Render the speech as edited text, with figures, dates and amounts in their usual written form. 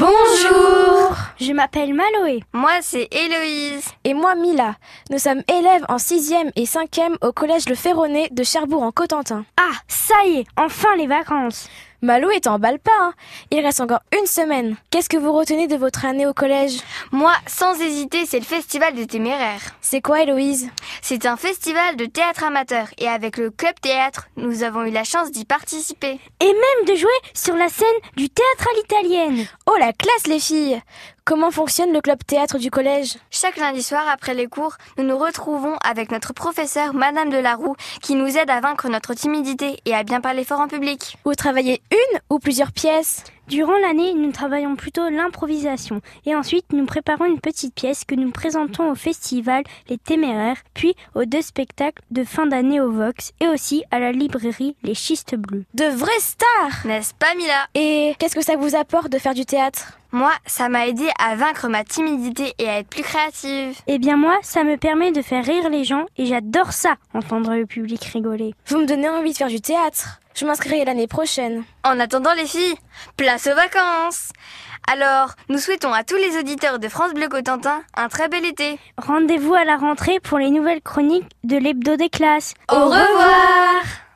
Bonjour! Je m'appelle Maloé. Moi, c'est Héloïse. Et moi, Mila. Nous sommes élèves en 6e et 5e au collège Le Ferronnet de Cherbourg en Cotentin. Ah, ça y est, enfin les vacances. Malo est en balle pas, hein. Il reste encore une semaine. Qu'est-ce que vous retenez de votre année au collège? Moi, sans hésiter, c'est le Festival des Téméraires. C'est quoi, Héloïse? C'est un festival de théâtre amateur et avec le Club Théâtre, nous avons eu la chance d'y participer. Et même de jouer sur la scène du théâtre à l'italienne. Oh, la classe, les filles! Comment fonctionne le club théâtre du collège? Chaque lundi soir, après les cours, nous nous retrouvons avec notre professeure, Madame Delaroux, qui nous aide à vaincre notre timidité et à bien parler fort en public. Vous travaillez une ou plusieurs pièces? Durant l'année, nous travaillons plutôt l'improvisation et ensuite nous préparons une petite pièce que nous présentons au festival Les Téméraires, puis aux 2 spectacles de fin d'année au Vox et aussi à la librairie Les Schistes Bleus. De vraies stars! N'est-ce pas, Mila? Et qu'est-ce que ça vous apporte de faire du théâtre? Moi, ça m'a aidé à vaincre ma timidité et à être plus créative. Eh bien moi, ça me permet de faire rire les gens et j'adore ça, entendre le public rigoler. Vous me donnez envie de faire du théâtre. Je m'inscrirai l'année prochaine. En attendant les filles, place aux vacances! Alors, nous souhaitons à tous les auditeurs de France Bleu Cotentin un très bel été. Rendez-vous à la rentrée pour les nouvelles chroniques de l'Hebdo des classes. Au revoir!